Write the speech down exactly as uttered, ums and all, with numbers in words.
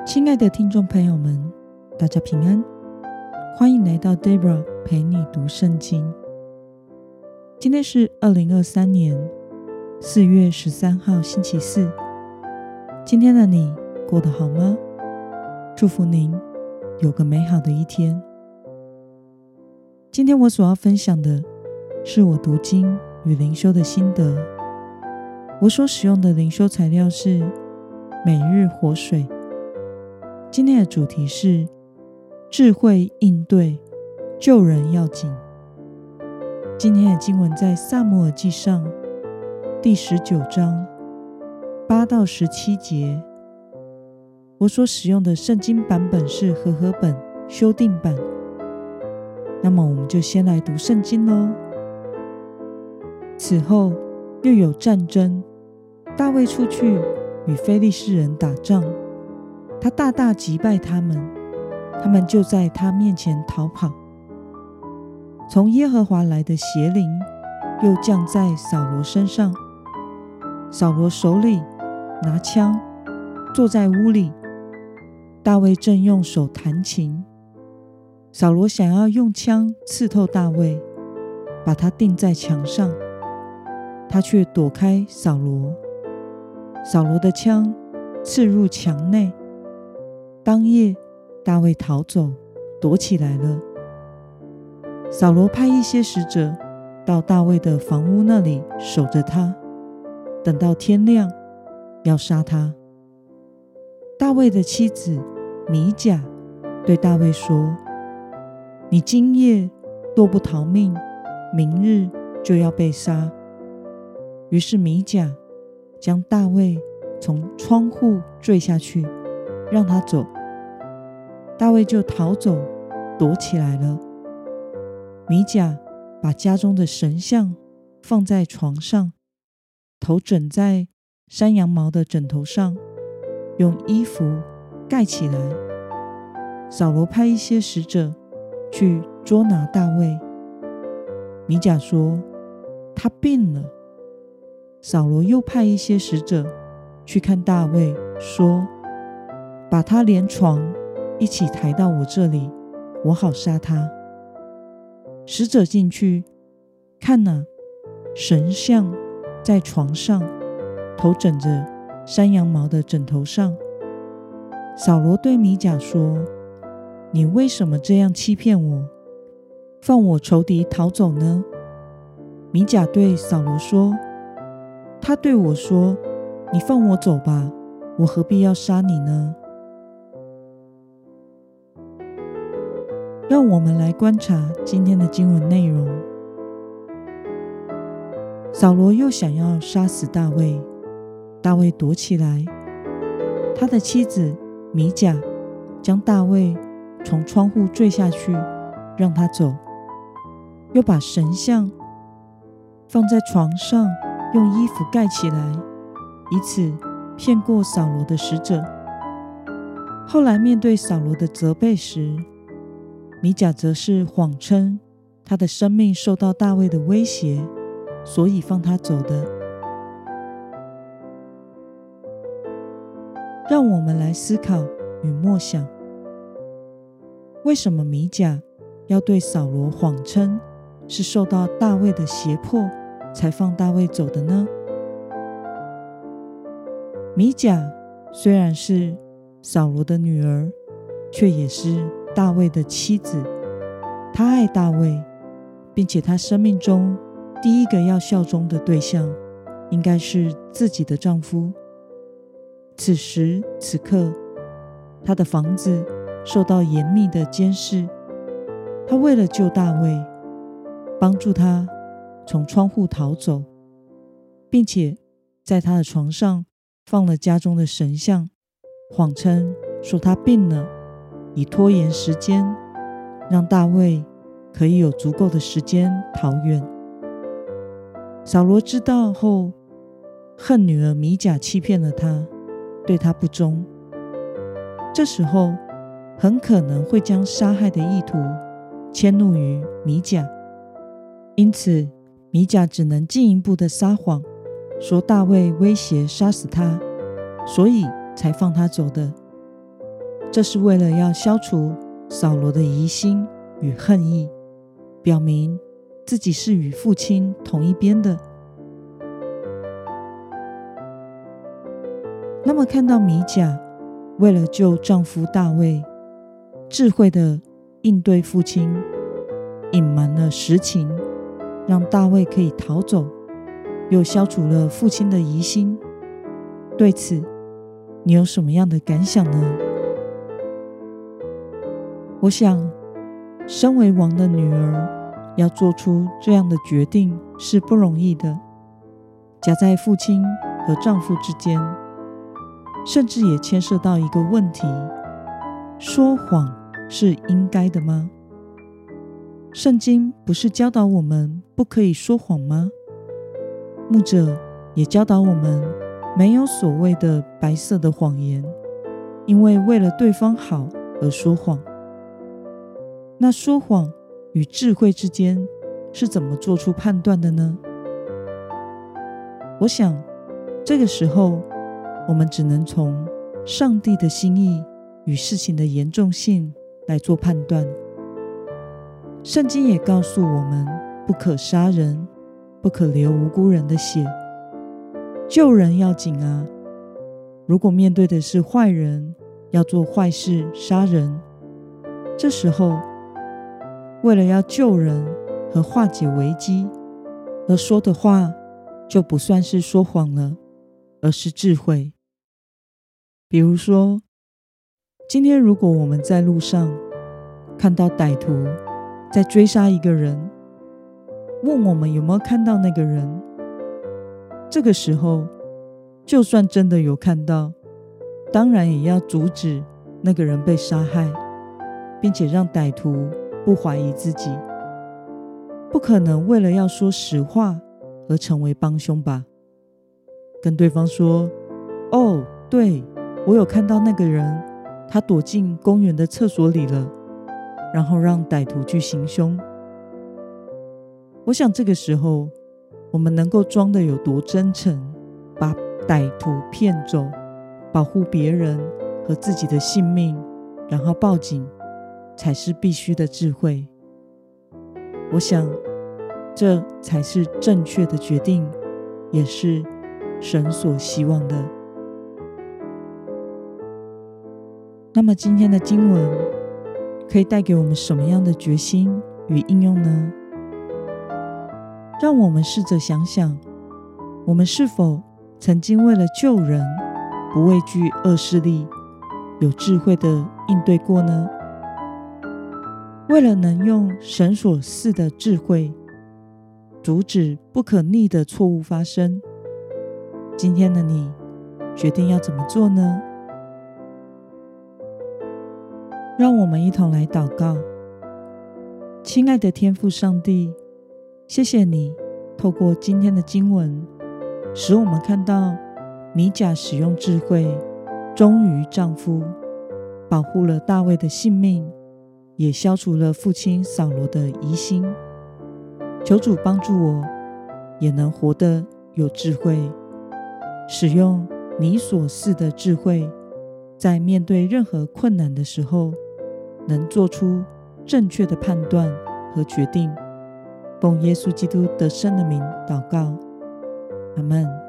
亲爱的听众朋友们，大家平安，欢迎来到 Debra 陪你读圣经。今天是二零二三年四月十三号星期四。今天的你过得好吗？祝福您有个美好的一天。今天我所要分享的是我读经与灵修的心得。我所使用的灵修材料是每日活水。今天的主题是智慧应对，救人要紧。今天的经文在撒母耳记上第十九章八到十七节。我所使用的圣经版本是和合本修订版。那么我们就先来读圣经咯。此后又有战争，大卫出去与非利士人打仗，他大大击败他们，他们就在他面前逃跑。从耶和华来的邪灵又降在扫罗身上，扫罗手里拿枪，坐在屋里，大卫正用手弹琴。扫罗想要用枪刺透大卫，把他钉在墙上，他却躲开扫罗。扫罗的枪刺入墙内，当夜大卫逃走，躲起来了。扫罗派一些使者到大卫的房屋那里守着他，等到天亮要杀他。大卫的妻子米甲对大卫说，你今夜若不逃命，明日就要被杀。于是米甲将大卫从窗户坠下去，让他走。大卫就逃走，躲起来了。米甲把家中的神像放在床上，头枕在山羊毛的枕头上，用衣服盖起来。扫罗派一些使者去捉拿大卫。米甲说，他病了。扫罗又派一些使者去看大卫，说，把他连床一起抬到我这里，我好杀他。使者进去，看哪，神像在床上，头枕着山羊毛的枕头上。扫罗对米甲说，你为什么这样欺骗我，放我仇敌逃走呢？米甲对扫罗说，他对我说，你放我走吧，我何必要杀你呢？让我们来观察今天的经文内容。扫罗又想要杀死大卫，大卫躲起来。他的妻子米甲将大卫从窗户坠下去，让他走，又把神像放在床上，用衣服盖起来，以此骗过扫罗的使者。后来面对扫罗的责备时，米甲则是谎称他的生命受到大卫的威胁，所以放他走的。让我们来思考与默想，为什么米甲要对扫罗谎称是受到大卫的胁迫才放大卫走的呢？米甲虽然是扫罗的女儿，却也是大卫的妻子。她爱大卫，并且她生命中第一个要效忠的对象应该是自己的丈夫。此时此刻，她的房子受到严密的监视，她为了救大卫，帮助他从窗户逃走，并且在他的床上放了家中的神像，谎称说他病了，以拖延时间，让大卫可以有足够的时间逃远。扫罗知道后，恨女儿米甲欺骗了他，对他不忠。这时候很可能会将杀害的意图迁怒于米甲，因此米甲只能进一步的撒谎，说大卫威胁杀死他，所以才放他走的。 这是为了要消除扫罗的疑心与恨意，表明自己是与父亲同一边的。那么看到米甲为了救丈夫大卫，智慧的应对父亲，隐瞒了实情，让大卫可以逃走，又消除了父亲的疑心，对此你有什么样的感想呢？我想身为王的女儿要做出这样的决定是不容易的，夹在父亲和丈夫之间，甚至也牵涉到一个问题：说谎是应该的吗？圣经不是教导我们不可以说谎吗？牧者也教导我们没有所谓的白色的谎言，因为为了对方好而说谎。那说谎与智慧之间是怎么做出判断的呢？我想这个时候我们只能从上帝的心意与事情的严重性来做判断。圣经也告诉我们不可杀人，不可流无辜人的血。救人要紧啊，如果面对的是坏人，要做坏事杀人，这时候为了要救人和化解危机而说的话，就不算是说谎了，而是智慧。比如说，今天如果我们在路上看到歹徒在追杀一个人，问我们有没有看到那个人，这个时候就算真的有看到，当然也要阻止那个人被杀害，并且让歹徒不怀疑自己，不可能为了要说实话而成为帮凶吧？跟对方说，哦，对，我有看到那个人，他躲进公园的厕所里了，然后让歹徒去行凶。我想这个时候我们能够装得有多真诚，把歹徒骗走，保护别人和自己的性命，然后报警，才是必须的智慧。我想这才是正确的决定，也是神所希望的。那么今天的经文可以带给我们什么样的决心与应用呢？让我们试着想想，我们是否曾经为了救人，不畏惧恶势力，有智慧的应对过呢？为了能用神所赐的智慧阻止不可逆的错误发生，今天的你决定要怎么做呢？让我们一同来祷告。亲爱的天父上帝，谢谢你透过今天的经文，使我们看到米甲使用智慧忠于丈夫，保护了大卫的性命，也消除了父亲扫罗的疑心。求主帮助我，也能活得有智慧，使用你所赐的智慧，在面对任何困难的时候，能做出正确的判断和决定。奉耶稣基督得胜的名祷告，阿们。